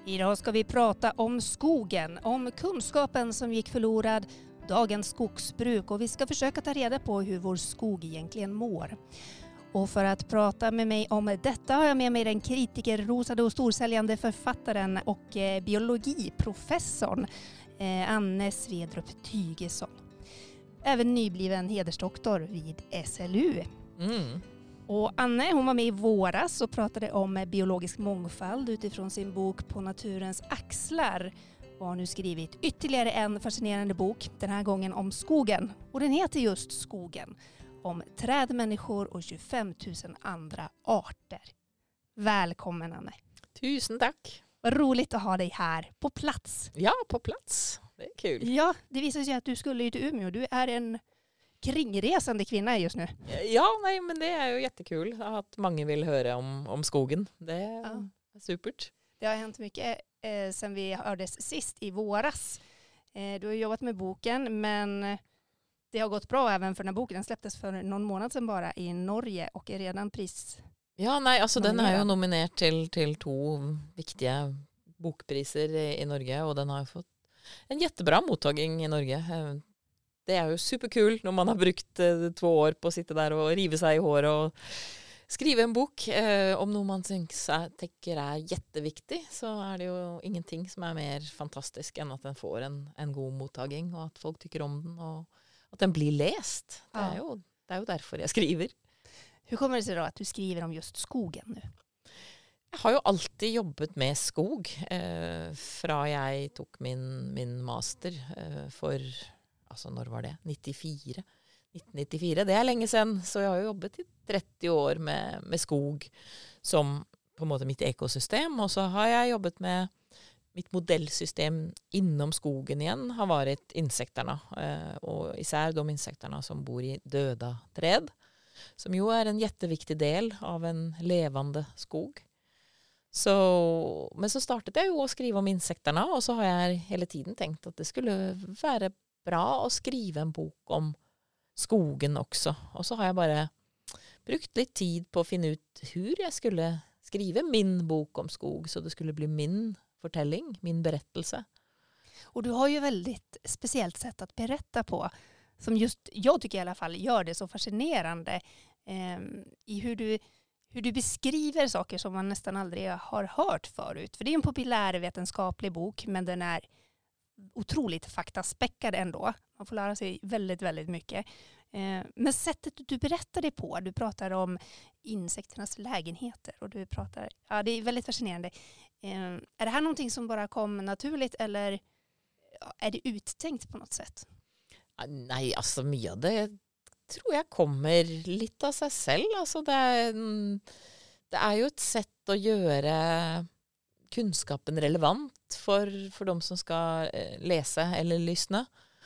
Idag ska vi prata om skogen, om kunskapen som gick förlorad, dagens skogsbruk och vi ska försöka ta reda på hur vår skog egentligen mår. Och för att prata med mig om detta har jag med mig den kritikerrosade och storsäljande författaren och biologiprofessorn Anne Svedrup Tygesson. Även nybliven hedersdoktor vid SLU. Och Anne, hon var med i våras och pratade om biologisk mångfald utifrån sin bok På naturens axlar. Och har nu skrivit ytterligare en fascinerande bok, den här gången om skogen. Och den heter just Skogen. Om träd, människor och 25 000 andra arter. Välkommen Anne. Tusen tack. Vad roligt att ha dig här på plats. Ja, på plats. Det är kul. Ja, det visar sig att du skulle ju till Umeå. Du är en kringresande kvinna just nu. Ja, nej, men det är ju jättekul att många vill höra om skogen. Det är supert. Det har hänt mycket sen vi hördes sist i våras. Du har jobbat med boken, men det har gått bra även för den här boken. Den släpptes för någon månad sedan bara i Norge och är redan Ja, nej, alltså den är ju nominerad till 2 viktiga bokpriser i Norge och den har fått en jättebra mottagning i Norge. Det är ju superkul när man har brukt 2 år på att sitta där och riva sig i hår och skriva en bok. Om någon man tycker är jätteviktig så är det ju ingenting som är mer fantastiskt än att den får en god mottagning och att folk tycker om den och att den blir läst. Det är ju därför jag skriver. Hur kommer det sig då att du skriver om just skogen nu? Jag har ju alltid jobbat med skog från jag tog min master för, alltså när var det? 1994. Det är länge sedan, så jag har jobbat i 30 år med skog som på något mitt ekosystem, och så har jag jobbat med mitt modellsystem inom skogen igen har varit insekterna och isär de insekterna som bor i döda träd som ju är en jätteviktig del av en levande skog. Men så startade jag ju att skriva om insekterna och så har jag hela tiden tänkt att det skulle vara bra att skriva en bok om skogen också. Och så har jag bara brukt lite tid på att finna ut hur jag skulle skriva min bok om skog så det skulle bli min fortelling, min berättelse. Och du har ju väldigt speciellt sätt att berätta på som just jag tycker i alla fall gör det så fascinerande i hur du beskriver saker som man nästan aldrig har hört förut. För det är en populärvetenskaplig bok, men den är otroligt faktaspäckad ändå. Man får lära sig väldigt, väldigt mycket. Men sättet du berättar det på, du pratar om insekternas lägenheter och det är väldigt fascinerande. Är det här någonting som bara kom naturligt eller är det uttänkt på något sätt? Nej, alltså mycket av det tror jag kommer lite av sig själv. Alltså det är ju ett sätt att göra kunskapen relevant för de som ska läsa eller lyssna.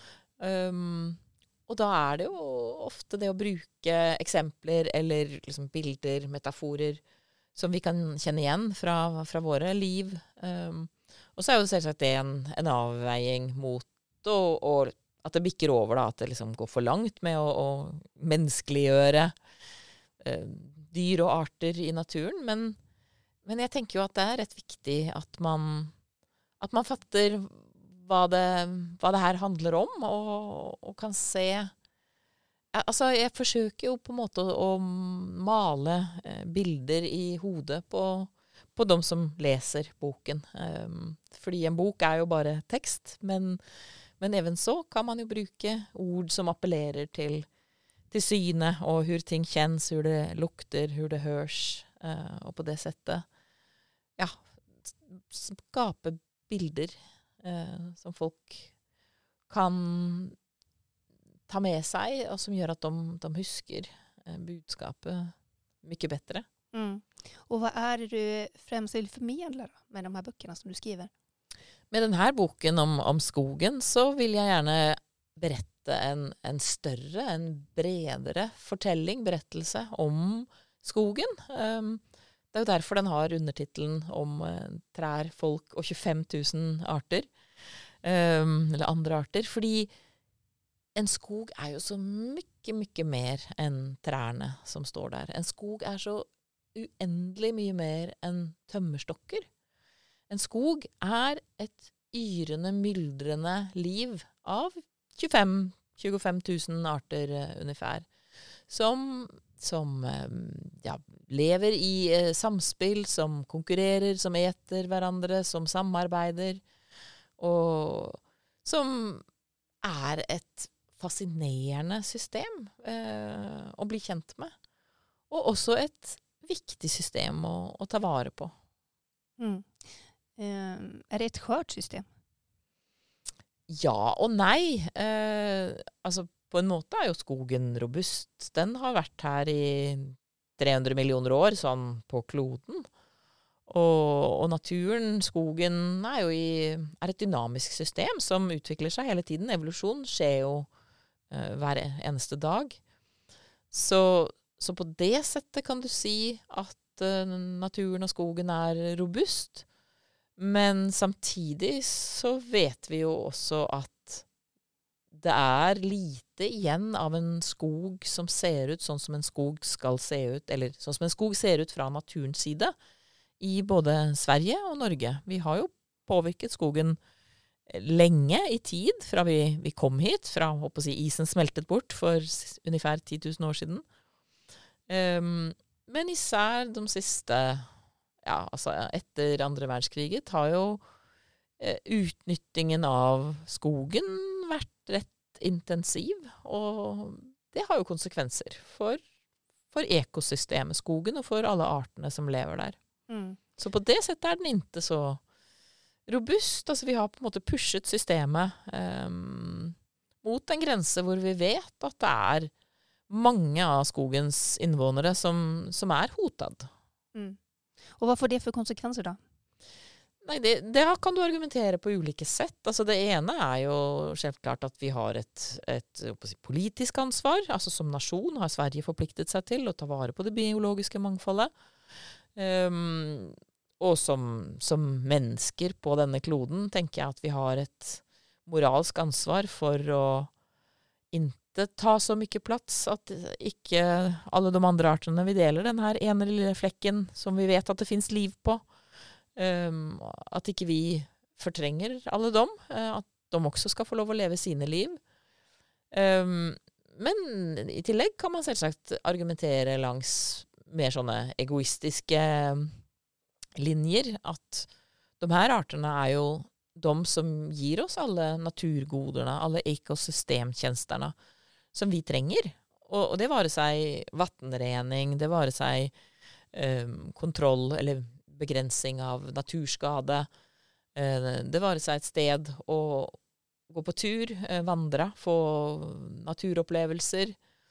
Och då är det ju ofta det att bruka exempel eller liksom bilder, metaforer som vi kan känna igen från våra liv. Och så är det selvsagt det en avvägning mot och att det bikker over da, att det liksom går för långt med att mänskliggöra dyr och arter i naturen. Men jag tänker ju att det är rätt viktigt att man fattar vad det här handlar om och kan se. Alltså jag försöker ju på en måte att male bilder i huvudet på de som läser boken. Fordi en bok är ju bara text, men även så kan man ju bruka ord som appellerar till syne och hur ting känns, hur det luktar, hur det hörs och på det sättet skapa bilder som folk kan ta med sig och som gör att de husker budskapet mycket bättre. Och vad är det du främst vill förmedla med de här böckerna som du skriver? Med den här boken om skogen så vill jag gärna berätta en större, en bredare berättelse om skogen. Det är ju därför den har undertiteln om trär, folk och 25 000 arter. Eller andra arter. Fordi en skog är ju så mycket, mycket mer än träna som står där. En skog är så oändligt mycket mer än tömmerstockar. En skog er et yrende, myldrende liv av 25 000 arter ungefär. Som lever i samspill, som konkurrerer, som eter hverandre, som samarbeider, og som er et fascinerende system å bli kjent med. Og også et viktig system å ta vare på. Är det ett skört system? Ja og nei. Altså på en måte er jo skogen robust. Den har vært her i 300 millioner år, sånn på kloden. Og naturen, skogen, er et dynamisk system som utvikler seg hele tiden. Evolusjon skjer jo hver eneste dag. Så på det settet kan du si at naturen og skogen er robust. Men samtidig så vet vi jo også at det er lite igjen av en skog som ser ut sånn som en skog skal se ut, eller sånn som en skog ser ut fra naturens side, i både Sverige og Norge. Vi har jo påvirket skogen lenge i tid, fra vi kom hit, fra isen smeltet bort for ungefär 10 000 år siden. Men især de siste, etter andre verdenskriget, har jo utnyttingen av skogen vært rett intensiv, og det har jo konsekvenser for ekosystemet, skogen, og for alle artene som lever der. Så på det settet er den ikke så robust. Altså vi har på en måte pushet systemet mot en grense hvor vi vet at det er mange av skogens innvånere som er hotet. Och vad får det för konsekvenser då? Nei, det kan du argumentere på ulike sett. Altså det ene er jo selvklart at vi har et politisk ansvar. Altså som nasjon har Sverige forpliktet seg til å ta vare på det biologiske mangfoldet. Og som mennesker på denne kloden tenker jeg at vi har et moralsk ansvar for å ikke ta så mye plass, at ikke alle de andre artene vi deler den her ene lille flekken som vi vet at det finnes liv på. At ikke vi fortrenger alle dem, at de også skal få lov å leve sine liv. Men i tillegg kan man selvsagt argumentere langs mer sånne egoistiske linjer, at de her artene er jo de som gir oss alle naturgodene, alle ekosystemtjenesterne som vi trenger. Og det var seg vattenrening, det var seg kontroll eller begrensning av naturskade. Det var seg et sted å gå på tur, vandre, få naturopplevelser.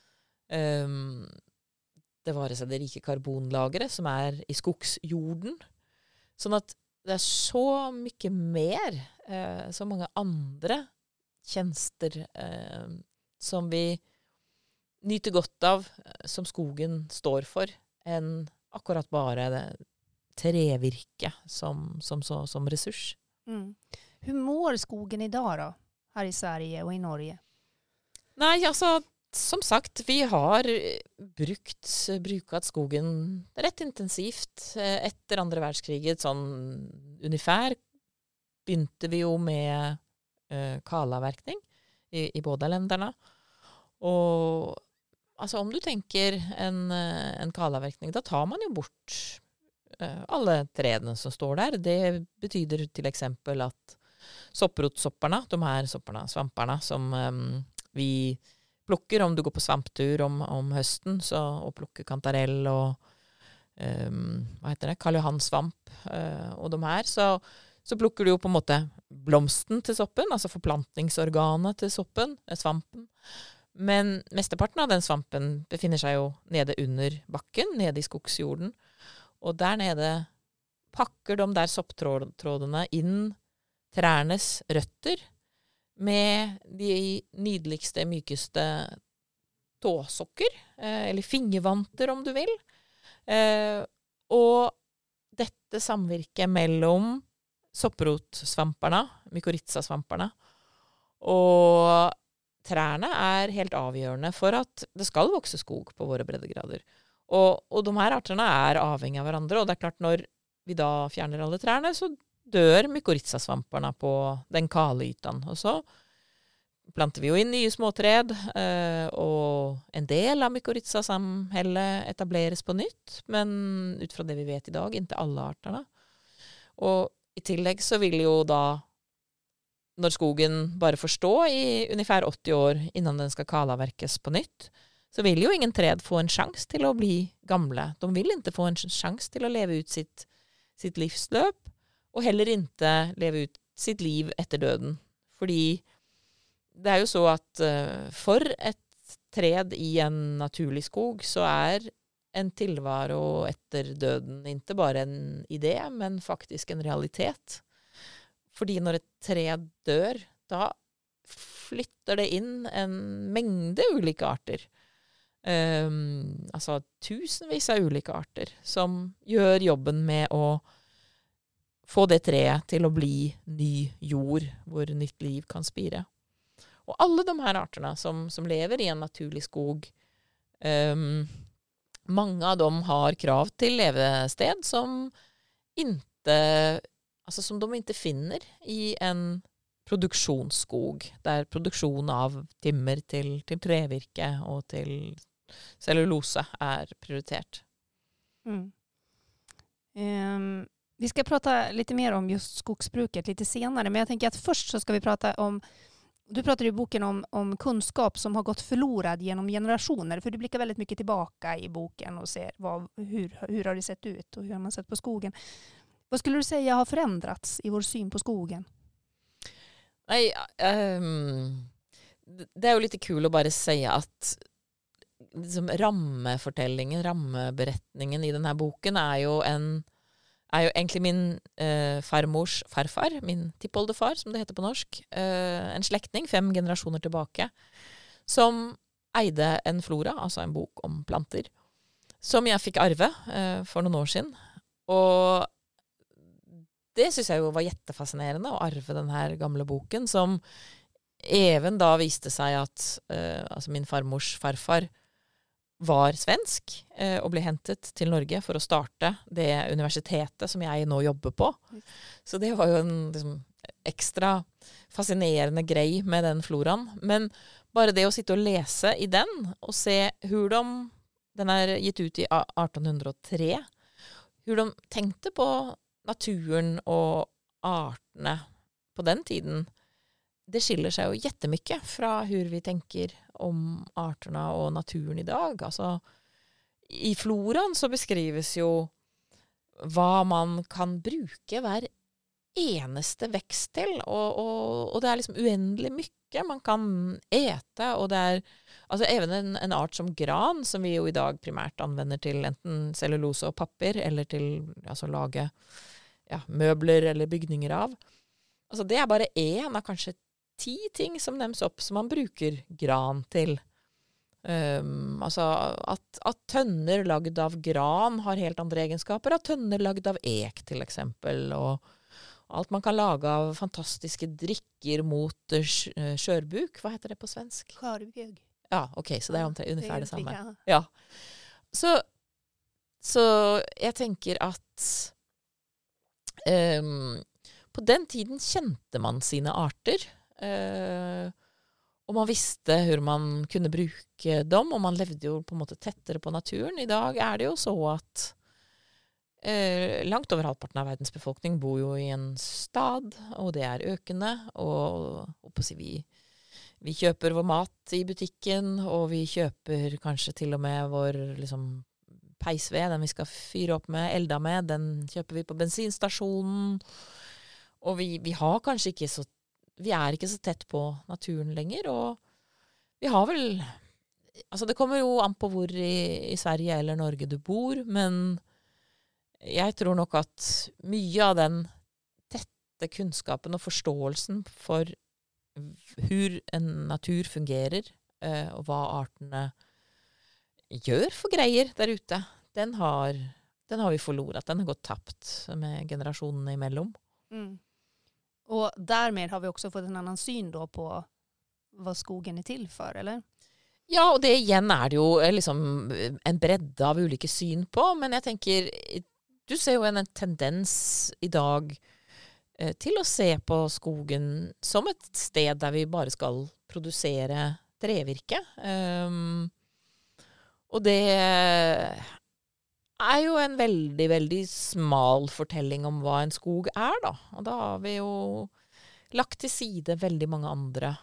Det var seg det rike karbonlageret som er i skogsjorden. Sånn at det er så mye mer, så mange andre tjenester som vi nyter godt av, som skogen står for, enn akkurat bare det trevirke som ressurs. Hur mår skogen idag då, här i Sverige och i Norge? Nei, altså, som sagt, vi har brukat skogen rett intensivt etter andre verdenskriget. Sånn ungefär begynte vi jo med kalavverkning i båda länderna. Og altså, om du tenker en kalavverkning, da tar man jo bort alle träden som står där. Det betyder till exempel att sopprotsopparna, de här sopparna, svamparna som vi plukker om du går på svamptur om høsten, og plukker kantarell og Karl Johan svamp og de her, så plukker du jo på en måte blomsten til soppen, altså forplantningsorganet til svampen. Men mesteparten av den svampen befinner seg jo nede under bakken, nede i skogsjorden. Og der nede pakker de der sopptrådene inn trærnes røtter med de nydeligste, mykeste tåsokker, eller fingervanter om du vil. Og dette samvirket mellom sopprotsvamparna, mykorrhiza-svamparna, og trærne er helt avgjørende for at det skal vokse skog på våre breddegrader. Og de her artene er avhengig av hverandre, og det er klart når vi da fjerner alle trærne, så dör mykorrhizasvamparna på den kala ytan. Och så planter vi jo inn nye småträd, og en del av mykorrhizasamhället etableres på nytt, men ut fra det vi vet i dag, inte alle arterna. Og i tillegg så vil jo da, når skogen bare får stå i ungefär 80 år innan den skal kalavverkes på nytt, så vil jo ingen träd få en chans til å bli gamle. De vil ikke få en chans til å leve ut sitt livsløp, og heller ikke leve ut sitt liv etter døden. Fordi det er jo så at for et träd i en naturlig skog så en tilvaro etter døden ikke bare en idé, men faktisk en realitet. Fordi når et träd dør, da flytter det inn en mengde ulike arter. Altså tusenvis av ulike arter som gjør jobben med å få det treet til å bli ny jord, hvor nytt liv kan spire. Og alle de her arterna som lever i en naturlig skog, mange av dem har krav til levested som de ikke finner i en produksjonsskog, der produksjon av timmer til trevirke og til cellulose prioritert. Vi ska prata lite mer om just skogsbruket lite senare, men jag tänker att först så ska vi prata om, du pratar i boken om kunskap som har gått förlorad genom generationer, för du blickar väldigt mycket tillbaka i boken och ser hur har det sett ut och hur har man sett på skogen. Vad skulle du säga har förändrats i vår syn på skogen? Nej, det är ju lite kul att bara säga att liksom, rammeberättningen i den här boken är ju egentligen min farmors farfar, min tippoldefar som det heter på norsk, en släkting 5 generationer tillbaka, som eide en flora, alltså en bok om planter, som jag fick arve för några år sedan. Och det synes jag ju var jättefascinerande att arve den här gamla boken, som även då visste sig att alltså min farmors farfar var svensk och blev hentet till Norge för att starta det universitetet som jag nu jobbar på. Så det var ju en liksom, extra fascinerande grej med den floran. Men bara det att sitta och läsa i den och se hur den är gitt ut i 1803, hur de tänkte på naturen och arterna på den tiden, det skiljer sig ju jättemycket från hur vi tänker om arterna och naturen idag. Alltså, i floran så beskrivs ju vad man kan bruka hver eneste växt till, och det är liksom oändligt mycket man kan äta, och det är alltså även en art som gran som vi ju idag primärt använder till enten cellulose och papper eller till alltså laga möbler eller byggningar av. Alltså det är bara en av kanske 10 ting som nämns upp som man brukar gran till. Alltså att tönner lagd av gran har helt andra egenskaper att tönner lagd av ek till exempel, och allt man kan laga av fantastiska dricker mot skörbuk. Vad heter det på svensk? Skörbjugg. Ja, okej, så det är ungefär detsamma. Ja. Så jag tänker att på den tiden kände man sina arter. Och man visste hur man kunde bruka dem, och man levde ju på något tättare på naturen. Idag är det ju så att langt över halvparten av världens befolkning bor ju i en stad, och det är ökande, och vi köper vår mat i butiken, och vi köper kanske till och med vår liksom peisved, den vi ska fyra upp med, elda med, den köper vi på bensinstationen, och vi har kanske inte så, vi är inte så tätt på naturen längre, och vi har väl, alltså det kommer ju an på var i Sverige eller Norge du bor, men jag tror nog att mycket av den tätta kunskapen och förståelsen för hur en natur fungerar och vad arterna gör för grejer där ute, den har vi förlorat. Den har gått tappt med generationerna emellan. Mm. Och därmed har vi också fått en annan syn då på vad skogen är till för, eller? Ja, och det igen är det ju liksom en bredd av olika syn på, men jag tänker, du ser ju en tendens idag till att se på skogen som ett sted där vi bara ska producera trävirke. Och det är ju en väldigt, väldigt smal fortelling om vad en skog är då. Och då har vi ju lagt till sida väldigt många andra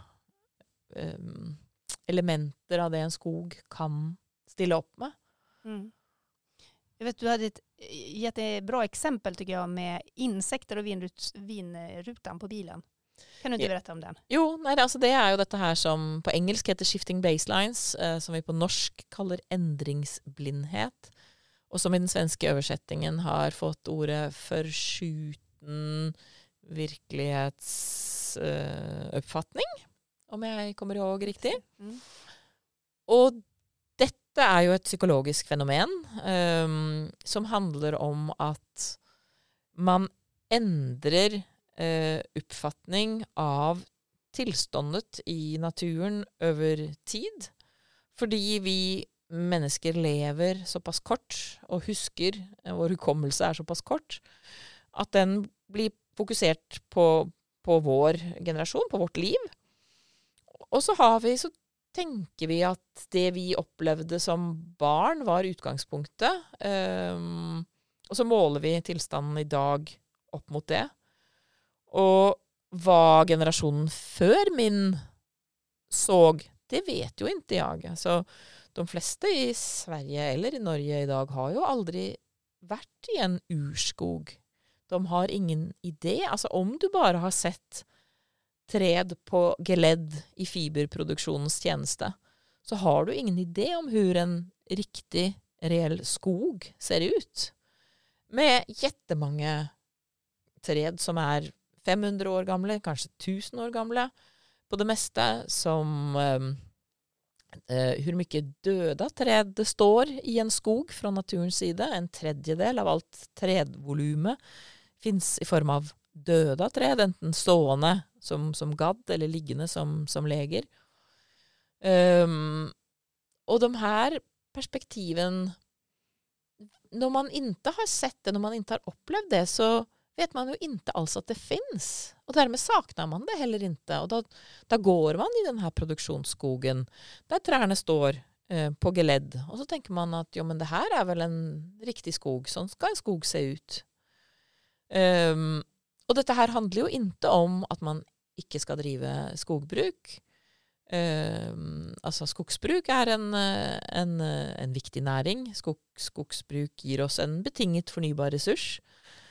elementer av det en skog kan ställa upp med. Mm. Jag vet, du hade ett jättebra exempel tycker jag med insekter och vinrutan på bilen. Kan du inte berätta om den? Jo, nej, alltså det är ju detta här som på engelska heter shifting baselines, som vi på norsk kallar ändringsblindhet. Och som i den svenska översättningen har fått ordet förskjuten verklighetsuppfattning, om jag kommer ihåg riktigt. Mm. Och detta är ju ett psykologiskt fenomen som handlar om att man ändrar uppfattning av tillståndet i naturen över tid. Fordi vi människor lever så pass kort och husker, vår hukommelse är så pass kort, att den blir fokuserad på vår generation, på vårt liv. Och så tänker vi att det vi upplevde som barn var utgangspunktet. Och så målar vi tillstånden idag upp mot det. Och vad generationen för min såg, det vet ju inte jag. Alltså, de flesta i Sverige eller i Norge idag har ju aldrig varit i en urskog. De har ingen idé. Alltså om du bara har sett träd på geledd i fiberproduktionens tjänste, så har du ingen idé om hur en riktig, reell skog ser ut. Med jättemånga träd som är 500 år gamla, kanske 1000 år gamla på det mesta, som hur mycket döda träd det står i en skog från naturens sida. En tredjedel av allt trädvolumet finns i form av döda träd, enten stående som gadd eller liggande som läger. Och de här perspektiven, när man inte har sett det, när man inte har upplevt det, så vet man ju inte alls att det finns. Och därmed saknar man det heller inte. Och då går man i den här produktionsskogen där träden står på geledd. Och så tänker man att ja, men det här är väl en riktig skog. Så ska en skog se ut. Och detta här handlar ju inte om att man inte ska driva skogbruk. Alltså skogsbruk är en viktig näring. Skogsbruk ger oss en betinget förnybar resurs.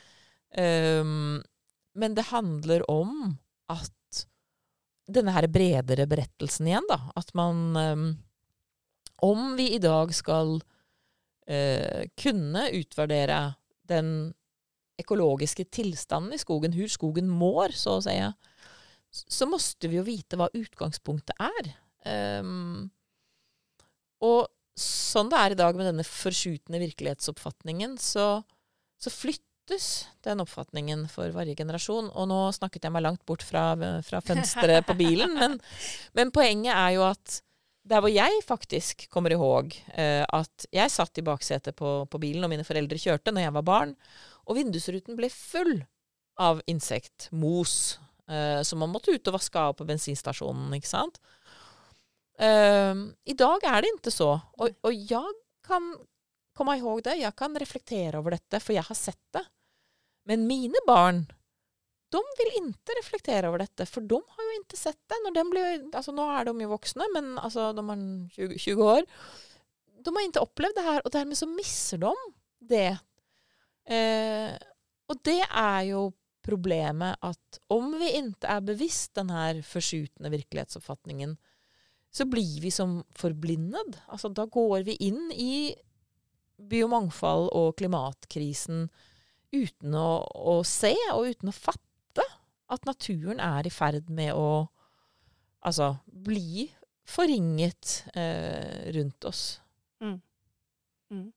Men det handlar om att den här bredare berättelsen igen då, att man om vi idag ska kunna utvärdera den ekologiska tillstånden i skogen, hur skogen mår så att säga, så måste vi ju veta vad utgångspunktet är. Och som det är idag med denna förskjutna verklighetsuppfattningen, så flyttas den uppfattningen för varje generation. Och nu snackade jag mig långt bort från fönstret på bilen, men poängen är ju att där var jag faktiskt kommer ihåg att jag satt i baksätet på bilen och mina föräldrar körde när jag var barn, och vindusruten blev full av insektmos som man måste ut och vaska av på bensinstationen, inte sant? Idag är det inte så, och jag kan komma ihåg det, jag kan reflektera över detta för jag har sett det. Men mina barn, de vill inte reflektera över detta, för de har ju inte sett det. När de blev, alltså nu är de ju vuxna, men alltså de har 20 år. De har inte upplevt det här, och därmed så missar de det. Och det är ju problemet, att om vi inte är bevisst den här förskjutna verklighetsuppfattningen, så blir vi som förblindad. Alltså då går vi in i biomångfald och klimatkrisen utan att se och utan att fatta att naturen är i färd med att alltså, bli förringet runt oss. Mm. Mm.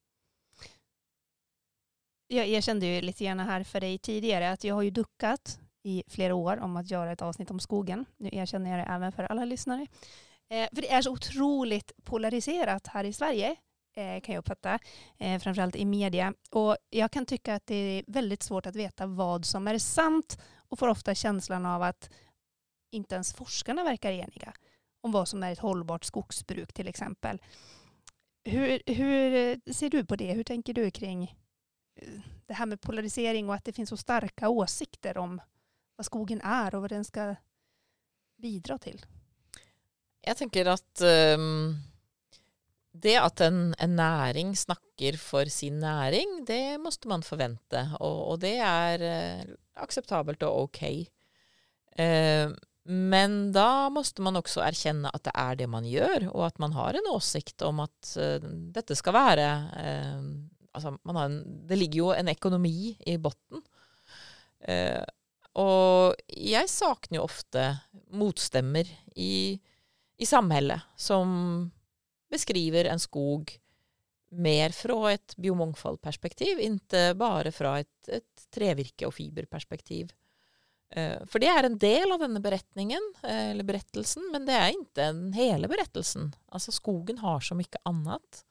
Jag erkände ju lite grann här för dig tidigare att jag har ju duckat i flera år om att göra ett avsnitt om skogen. Nu erkänner jag det även för alla lyssnare. För det är så otroligt polariserat här i Sverige, kan jag uppfatta, framförallt i media. Och jag kan tycka att det är väldigt svårt att veta vad som är sant och får ofta känslan av att inte ens forskarna verkar eniga om vad som är ett hållbart skogsbruk till exempel. Hur ser du på det? Hur tänker du kring det här med polarisering och att det finns så starka åsikter om vad skogen är och vad den ska bidra till? Jag tänker att det att en näring snakker för sin näring, det måste man förvänta. Och det är acceptabelt och okej. Men då måste man också erkänna att det är det man gör och att man har en åsikt om att detta ska vara... Alltså det ligger ju en ekonomi i botten. Och jag saknar ju ofta motstämmer i samhället som beskriver en skog mer från ett biomångfaldperspektiv, inte bara från ett trävirke- och fiberperspektiv. För det är en del av den berättningen, eller berättelsen, men det är inte en hela berättelsen. Alltså skogen har så mycket annat.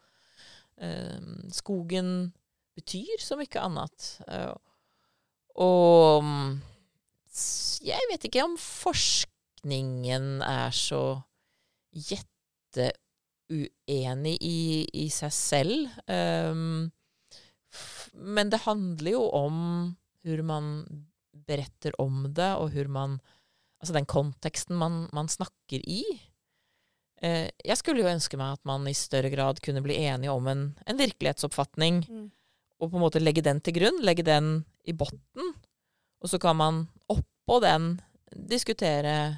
Skogen betyder så mycket annat. Och jag vet inte om forskningen är så jätteuenig i sig själv. Men det handlar ju om hur man berättar om det och hur man, alltså den kontexten man snackar i. Jag skulle ju önska mig att man i större grad kunde bli enig om en verklighetsuppfattning och på något sätt lägga den till grund, lägga den i botten och så kan man uppå den diskutera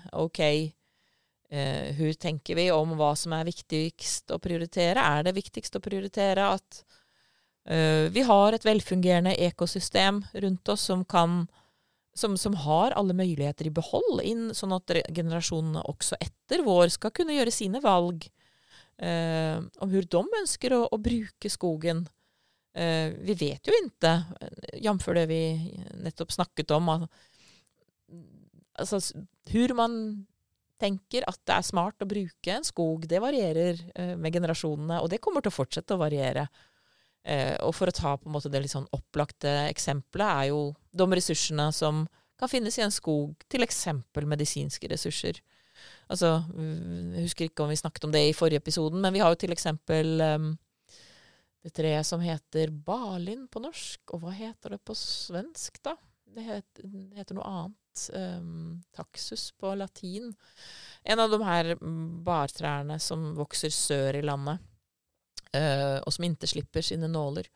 hur tänker vi om vad som är viktigast att prioritera? Är det viktigast att prioritera att vi har ett välfungerande ekosystem runt oss som har alla möjligheter i behåll in så att generationerna också efter vår ska kunna göra sina valg om hur de önskar att bruka skogen. Vi vet ju inte, jämför det vi nettopp snackat om, alltså hur man tänker att det är smart att bruka en skog, det varierar med generationerna och det kommer att fortsätta att variera. Och för att ta på något det liksom upplagda exemplet är ju de resurserna som kan finnas i en skog, till exempel medicinska resurser. Alltså, jag husker inte om vi snackat om det i förra episoden, men vi har ju till exempel det träd som heter balin på norsk, och vad heter det på svensk då? Det heter något annat. Taxus på latin. En av de här barträdena som växer sör i landet och som inte slipper sina nålar.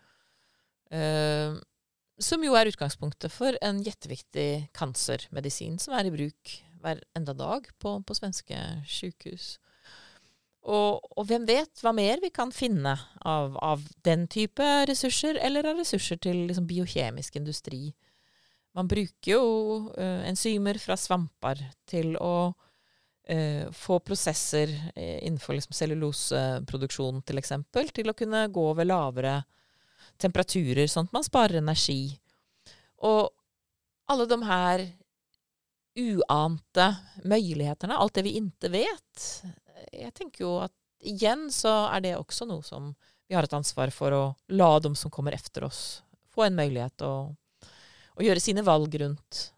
Som ju är utgangspunktet för en jätteviktig cancermedicin som är i bruk varenda dag på svenska sjukhus. Och vem vet vad mer vi kan finna av den typen av resurser eller av resurser till liksom biokemisk industri. Man brukar ju enzymer från svampar till att få processer inför liksom celluloseproduktion till exempel till att kunna gå över lavare temperaturer så att man sparar energi. Och alla de här uante möjligheterna, allt det vi inte vet, jag tänker ju att igen så är det också något som vi har ett ansvar för att la de som kommer efter oss få en möjlighet att göra sina valg runt.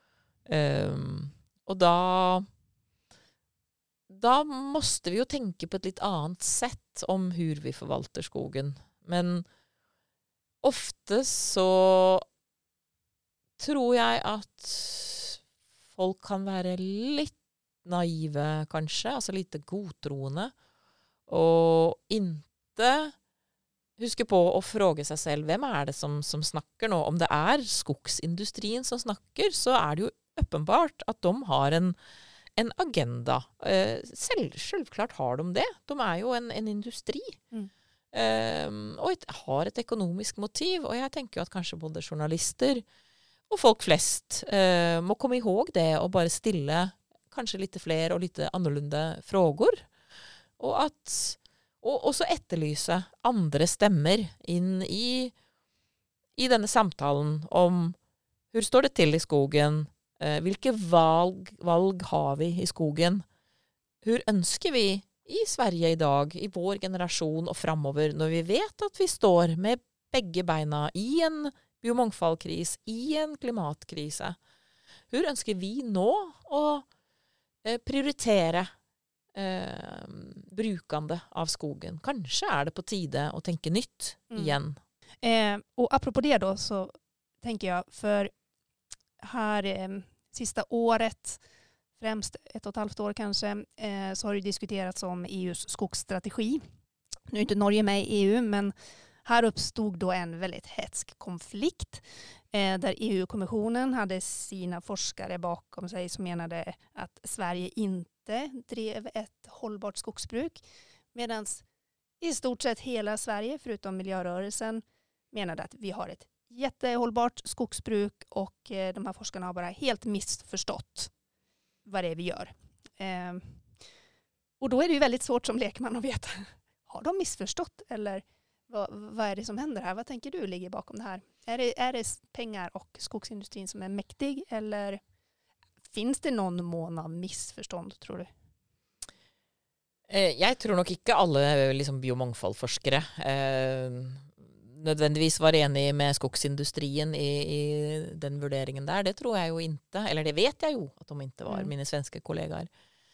Och då måste vi ju tänka på ett lite annat sätt om hur vi förvaltar skogen. Men ofta så tror jag att folk kan vara lite naiva kanske, alltså lite godtroende och inte huska på att fråga sig själv, vem är det som snackar nu? Om det är skogsindustrin som snackar så är det ju uppenbart att de har en agenda. Självklart har de det. De är ju en industri. Och har ett ekonomiskt motiv. Och jag tänker att kanske både journalister och folk flest må komma ihåg det och bara stilla kanske lite fler och lite annorlunda frågor. Och så efterlysa andra stämmer in i denna samtalen om hur står det till i skogen, vilka valg har vi i skogen, hur önskar vi i Sverige idag, i vår generation och framöver när vi vet att vi står med bägge benen i en biomångfaldkris, i en klimatkris. hur ønsker vi nå å prioritere brukande av skogen? Kanske är det på tide att tänka nytt igen. Och apropå det då så tänker jag för här sista året, främst 1,5 år kanske, så har det diskuterats om EUs skogsstrategi. Nu är inte Norge med i EU, men här uppstod då en väldigt hätsk konflikt där EU-kommissionen hade sina forskare bakom sig som menade att Sverige inte drev ett hållbart skogsbruk, medan i stort sett hela Sverige, förutom miljörörelsen, menade att vi har ett jättehållbart skogsbruk och de här forskarna har bara helt missförstått vad det är vi gör. Och då är det ju väldigt svårt som lekman att veta, har de missförstått eller vad är det som händer här? Vad tänker du ligger bakom det här? Är det pengar och skogsindustrin som är mäktig eller finns det någon mån av missförstånd, tror du? Jeg tror nok ikke alle liksom, biomangfoldforskere nødvendigvis var enig med skogsindustrien i den vurderingen der. Det tror jeg jo inte, eller det vet jeg jo at de inte var, mine svenske kollegaer.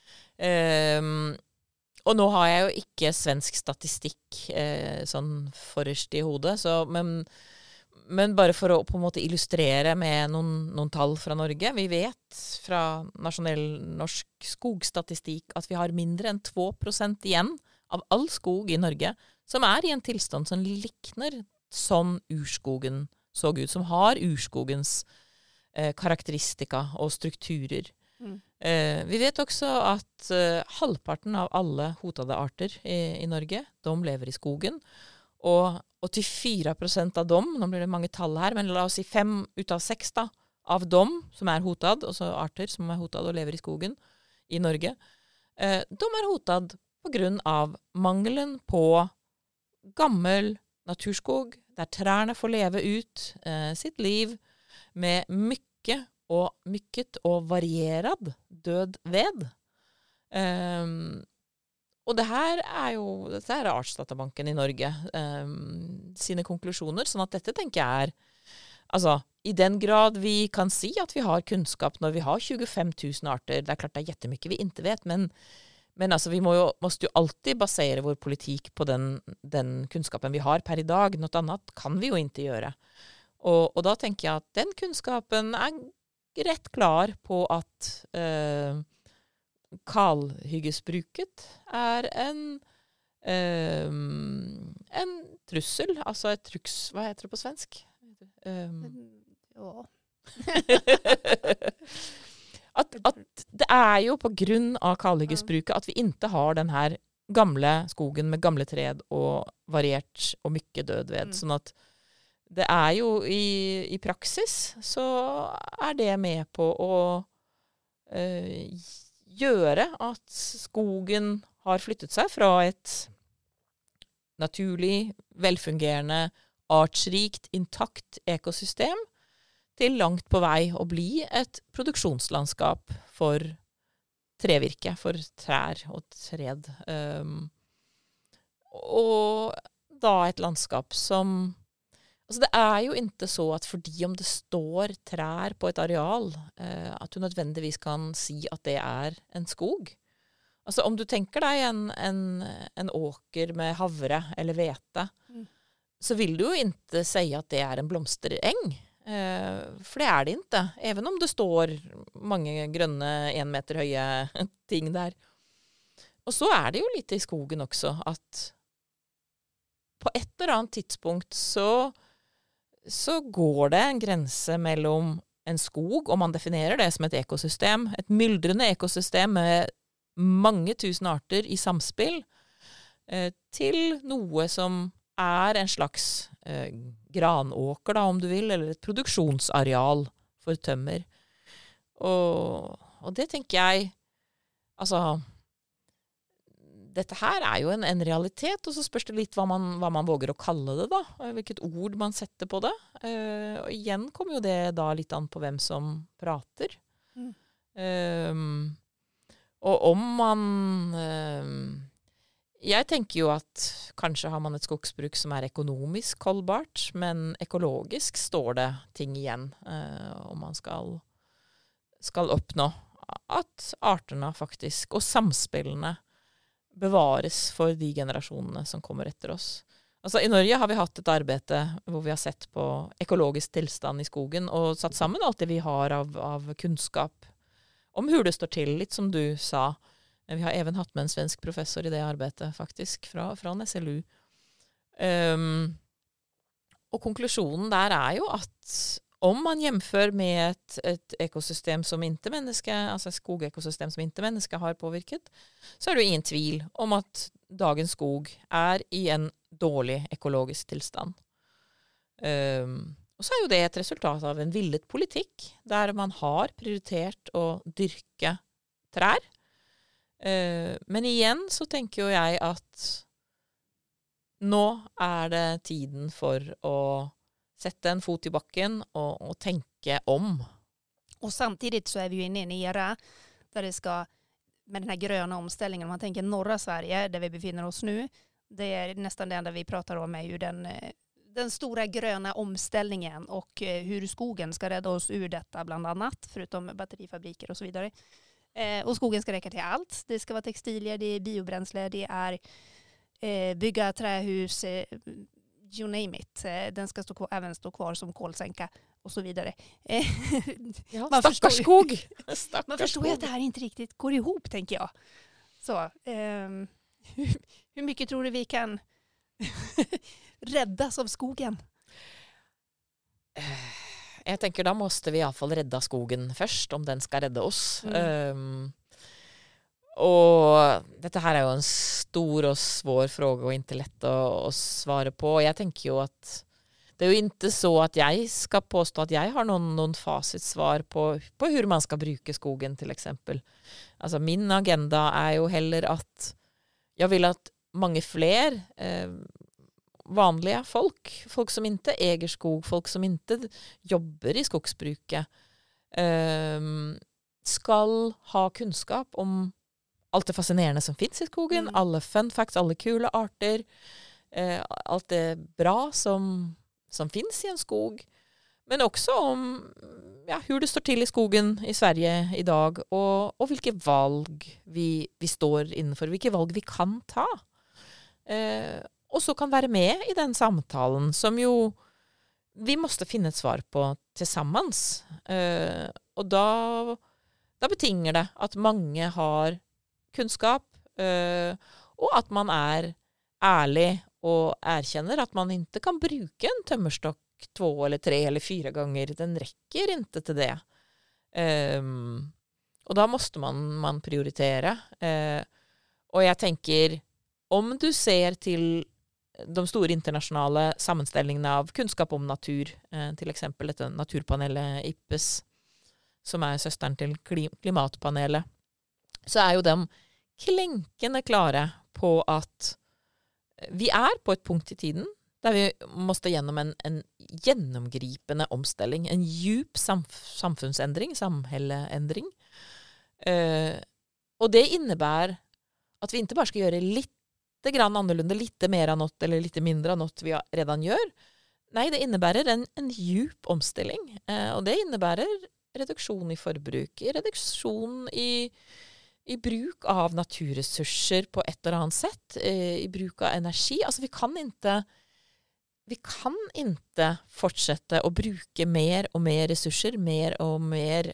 Og nå har jeg jo ikke svensk statistikk sånn forrest i hodet, så, men bare for å på en måte illustrere med noen tall fra Norge. Vi vet fra nasjonell norsk skogstatistikk at vi har mindre enn 2% igjen av all skog i Norge som er i en tilstand som likner sånn urskogen så ut, som har urskogens karakteristika og strukturer. Vi vet også at halvparten av alle hotade arter i Norge, de lever i skogen, og 84% av dem, nå blir det mange tall her, men la oss si 5 ut av 6 da, av dem som er hotad, altså arter som er hotad og lever i skogen i Norge, de er hotad på grunn av mangelen på gammel naturskog, der trærne får leve ut sitt liv med mycket och varierad död ved. Och det här är Artsdatabanken i Norge sina konklusioner, så att detta tänker jag är alltså i den grad vi kan se att vi har kunskap när vi har 25 000 arter. Det är klart det är jättemycket vi inte vet, men alltså vi måste ju alltid basera vår politik på den kunskapen vi har per idag. Något annat kan vi ju inte göra. Och då tänker jag att den kunskapen är rätt klar på att kalhyggesbruket är en trussel, alltså ett trycks, vad heter det på svensk? Ja. Att det är ju på grund av kalhyggesbruket att vi inte har den här gamla skogen med gamla träd och varierat och mycket död ved. Så att det är ju i praxis så är det med på att göra att skogen har flyttat sig från ett naturligt, välfungerande, artsrikt, intakt ekosystem till långt på väg att bli ett produktionslandskap för trävirke, för trär och träd. Och då ett landskap som alltså det är ju inte så att för om det står trär på ett areal att du nödvändigtvis kan se att det är en skog. Alltså om du tänker dig en åker med havre eller vete så vill du inte säga att det är en blomsteräng. För det är det inte. Även om det står många gröna 1 meter höga ting där. Och så är det ju lite i skogen också. Att på ett eller annat tidspunkt så går det en gräns mellan en skog, om man definierar det som ett ekosystem, ett myldrande ekosystem med många tusen arter i samspel, till något som är en slags granåker då, om du vill, eller ett produktionsareal för tömmer. Och det tänker jag, alltså detta här är ju en realitet, och så spörs det lite vad man vågar att kalla det då, vilket ord man sätter på det. Och igen kommer ju det då lite an på vem som pratar. Och om man jag tänker ju att kanske har man ett skogsbruk som är ekonomiskt hållbart, men ekologiskt står det ting igen om man ska skal oppnå at arterna faktisk, og samspillene, bevares for de generasjonene som kommer etter oss. Altså, i Norge har vi hatt et arbeid hvor vi har sett på ekologisk tilstand i skogen og satt sammen alt det vi har av kunnskap om hur det står til, litt som du sa. Vi har even hatt med en svensk professor i det arbeidet, faktisk, fra SLU. Og konklusjonen der jo at om man jämför med ett ekosystem som inte menneske, alltså ett skogekosystem som inte menneske har påvirket, så det ingen tvil om at dagens skog i en dårlig ekologisk tilstand. Og så jo det et resultat av en villet politikk, der man har prioritert å dyrke trær. Men igjen så tenker jo jeg at nå det tiden for å sette en fot i bakken och tänka om. Och samtidigt så vi ju inne i en era där det ska, med den här gröna omställningen, om man tänker norra Sverige där vi befinner oss nu, det nästan det enda vi pratar om ju den stora gröna omställningen och hur skogen ska rädda oss ur detta bland annat, förutom batterifabriker och så vidare. Och skogen ska räcka till allt. Det ska vara textilier, det biobränsle, det bygga trähus, you name it. Den ska även stå kvar som kolsänka och så vidare. Ja, man skog. Man förstår ju att det här inte riktigt går ihop, tänker jag. Så, hur mycket tror du vi kan räddas av skogen? Jag tänker då måste vi i alla fall rädda skogen först om den ska rädda oss. Och detta här är ju en stor och svår fråga och inte lätt att svara på. Jag tänker ju att det är ju inte så att jag ska påstå att jag har någon facitsvar på hur man ska bruka skogen till exempel. Alltså min agenda är ju heller att jag vill att många fler vanliga folk som inte äger skog, folk som inte jobbar i skogsbruket, ska ha kunskap om allt det fascinerande som finns i skogen, alla fun facts, alla kul arter, allt det bra som finns i en skog, men också om hur det står till i skogen i Sverige idag och vilka valg vi står inför, vilka valg vi kan ta. Och så kan vara med i den samtalen som ju vi måste finna ett svar på tillsammans. Och då betingar det att många har kunskap och att man är ärlig och erkänner att man inte kan bruka en tömmerstock 2 eller 3 eller 4 gånger. Den räcker inte till det. Och då måste man prioritera. Och jag tänker, om du ser till de stora internationella sammanställningarna av kunskap om natur, till exempel detta naturpanelet IPBES, som är systern till klimatpanelet, så är ju de klänkande klara på att vi är på ett punkt i tiden där vi måste genom en genomgripande omställning, en djup samfundsändring, samhälleändring. Och det innebär att vi inte bara ska göra lite grann annorlunda, lite mer av något eller lite mindre av något vi redan gör. Nej, det innebär en djup omställning. Och det innebär reduktion i förbruk, reduktion i bruk av naturresurser på ett eller annat sätt, i bruk av energi. Alltså vi kan inte fortsätta att bruka mer och mer resurser, mer och mer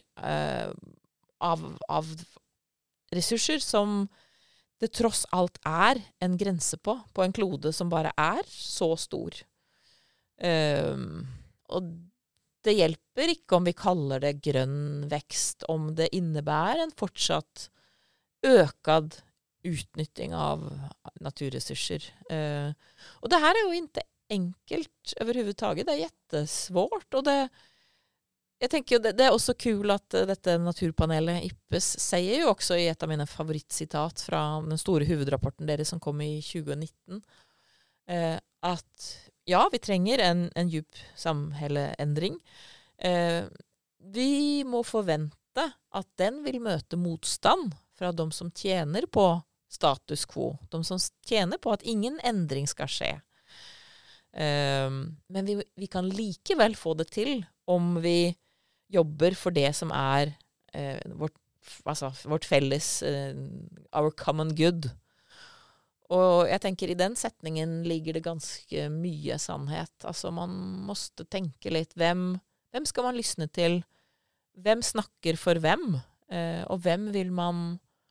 av resurser som det trots allt är en gräns på en klode som bara är så stor. Och det hjälper inte om vi kallar det grön växt, om det innebär en fortsatt ökad utnyttning av naturresurser. Och det här är ju inte enkelt överhuvudtaget. Det är jättesvårt. Och jag tänker det är också kul att detta naturpanelet IPBES säger ju också i ett av mina favoritcitat från den stora huvudrapporten deras som kom i 2019, att ja, vi tränger en djup samhälleändring. Vi må förvänta att den vill möta motstånd från de som tjänar på status quo, de som tjänar på att ingen ändring ska ske. Men vi kan likeväl få det till om vi jobbar för det som är vårt felles, our common good. Og jeg tenker i den setningen ligger det ganske mye sannhet. Altså man måste tenke litt, hvem skal man lyssne til? Hvem snakker for hvem? Og hvem vil man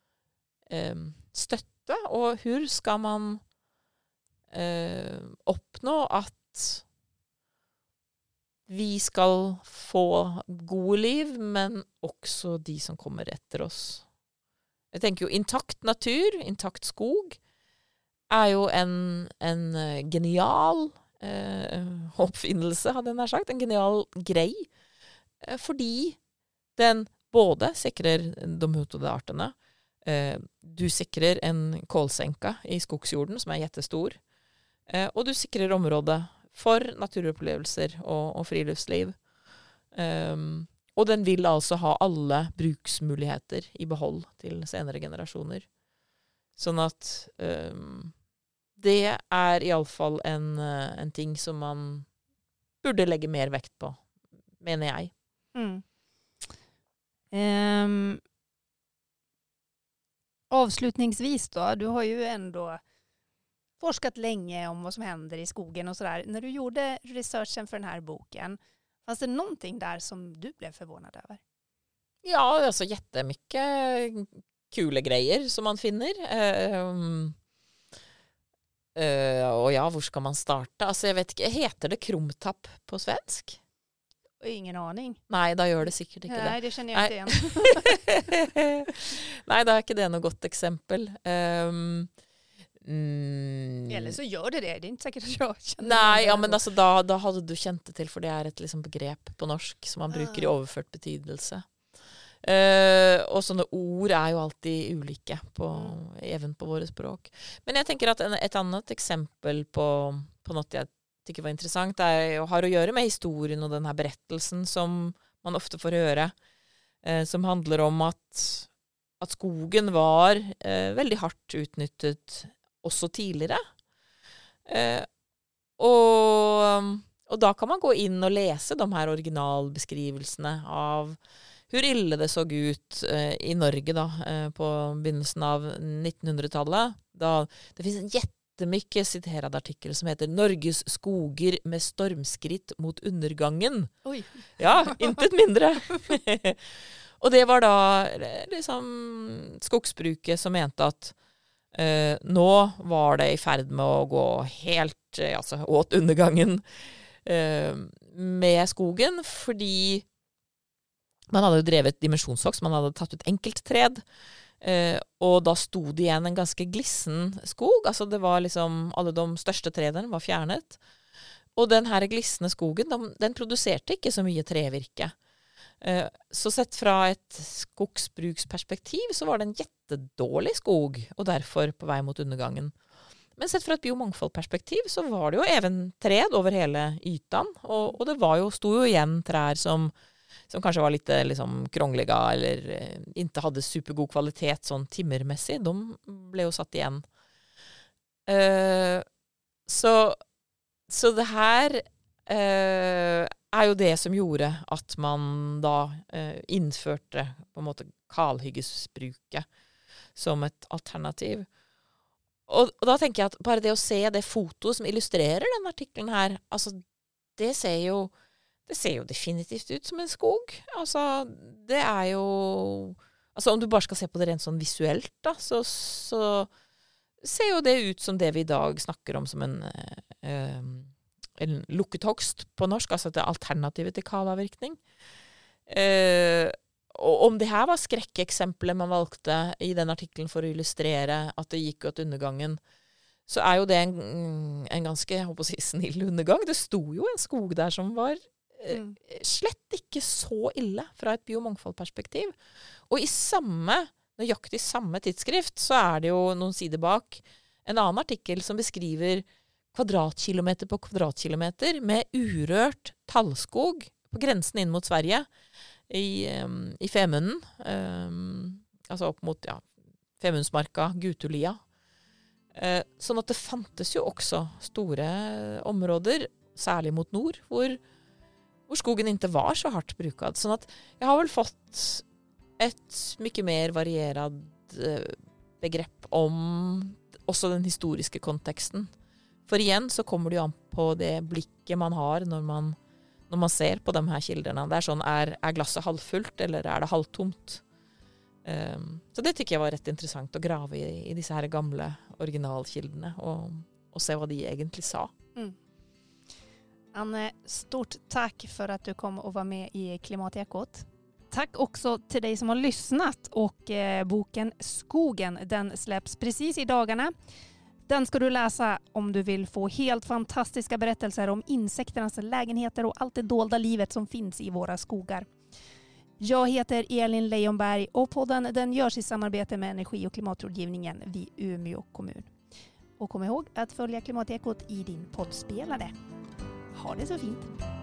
støtte? Og hur skal man oppnå at vi skal få gode liv, men også de som kommer etter oss. Jeg tenker jo intakt natur, intakt skog, er jo en genial oppfinnelse, hadde jeg nær sagt, en genial grei, fordi den både sikrer de hotede artene, du sikrer en kålsenka i skogsjorden som er jättestor, og du sikrer området for naturopplevelser og friluftsliv. Og den vil altså ha alle bruksmuligheter i behold til senere generasjoner. Sånn at det er i alle fall en ting som man burde legge mer vekt på, mener jeg. Avslutningsvis då, du har ju ändå forskat länge om vad som händer i skogen och sådär. När du gjorde researchen för den här boken, fanns det någonting där som du blev förvånad över? Ja, alltså jättemycket kule grejer som man finner. Och ja, hvor ska man starta? Alltså jag vet inte, heter det krumtapp på svensk? Ingen aning. Nej, då gör det säkert inte det. Nej, det känner jag inte igen. Nej, då är inte det något gott exempel. Eller så gör det. Det är inte säkert att jag känner. Nej, ja, men alltså då hade du känt det till, för det är ett liksom begrepp på norsk som man brukar i överfört betydelse. Och sådana ord är ju alltid olika även på våra språk. Men jag tänker att ett annat exempel på något jag tycker var intressant är har att göra med historien och den här berättelsen som man ofta får höra, som handlar om att skogen var väldigt hårt utnyttjat också tidigare. Och då kan man gå in och läsa de här originalbeskrivelserna av hur ille det såg ut i Norge då, på begynnelsen av 1900-talet. Det finns en jättemycket citerad artikel som heter Norges skoger med stormskritt mot undergangen. Oj. Ja, inte mindre. Och det var då liksom skogsbruket som mente att nå var det i färd med att gå helt åt undergangen med skogen, fordi man hade ju drevet dimensionshogst, man hade tagit ut enkeltträd, och då stod det igen en ganska glissen skog. Alltså det var liksom alla de största träden var fjärnet. Och den här glissne skogen, den producerade inte så mycket trävirke. Så sett från ett skogsbruksperspektiv så var det en jättedålig skog och därför på väg mot undergången. Men sett från ett biomångfaldperspektiv så var det ju även träd över hela ytan, och det var ju stod ju igen träd som kanske var lite liksom krångliga eller inte hade supergod kvalitet sån timmermässigt. De blev ju satt igen. Så det här är ju det som gjorde att man då införde på en måte kalhyggesbruket som ett alternativ. Och då tänker jag att bara det att se det foto som illustrerar den artikeln här, alltså det ser ju definitivt ut som en skog. Alltså det är ju, alltså om du bara ska se på det rent sån visuellt då, så ser ju det ut som det vi idag snackar om som en lukkethogst på norsk, alltså det alternativet till kalavverkning. Och om det här var skräckexemplet man valgte i den artikeln för att illustrera att det gick åt undergången, så är ju det en ganska, jag hoppas jag, snill undergång. Det stod ju en skog där som var slett inte så illa från ett biomångfaldperspektiv. Och i nøyaktig samme tidsskrift så är det ju någon sidor bak en annan artikel som beskriver kvadratkilometer på kvadratkilometer med urørt tallskog på gränsen in mot Sverige i Femunden, alltså upp mot Femundsmarka, Gutulia. Sånn att det fantes ju också stora områden, särskilt mot nord, hvor skogen inte var så hårt brukad. Sånn att jag har väl fått ett mycket mer varierad begrepp om också den historiska kontexten. För igen så kommer det ju an på det blicket man har när man ser på de här kilderna. Det är sån, är glaset halvfullt eller är det halvtomt? Så det tycker jag var rätt intressant att grava i dessa här gamla originalkilderna och se vad de egentligen sa. Mm. Anne, stort tack för att du kom och var med i Klimatekot. Tack också till dig som har lyssnat, och boken Skogen, den släpps precis i dagarna. Den ska du läsa om du vill få helt fantastiska berättelser om insekternas lägenheter och allt det dolda livet som finns i våra skogar. Jag heter Elin Leijonberg och podden den görs i samarbete med Energi- och klimatrådgivningen vid Umeå kommun. Och kom ihåg att följa Klimatekot i din poddspelare. Ha det så fint!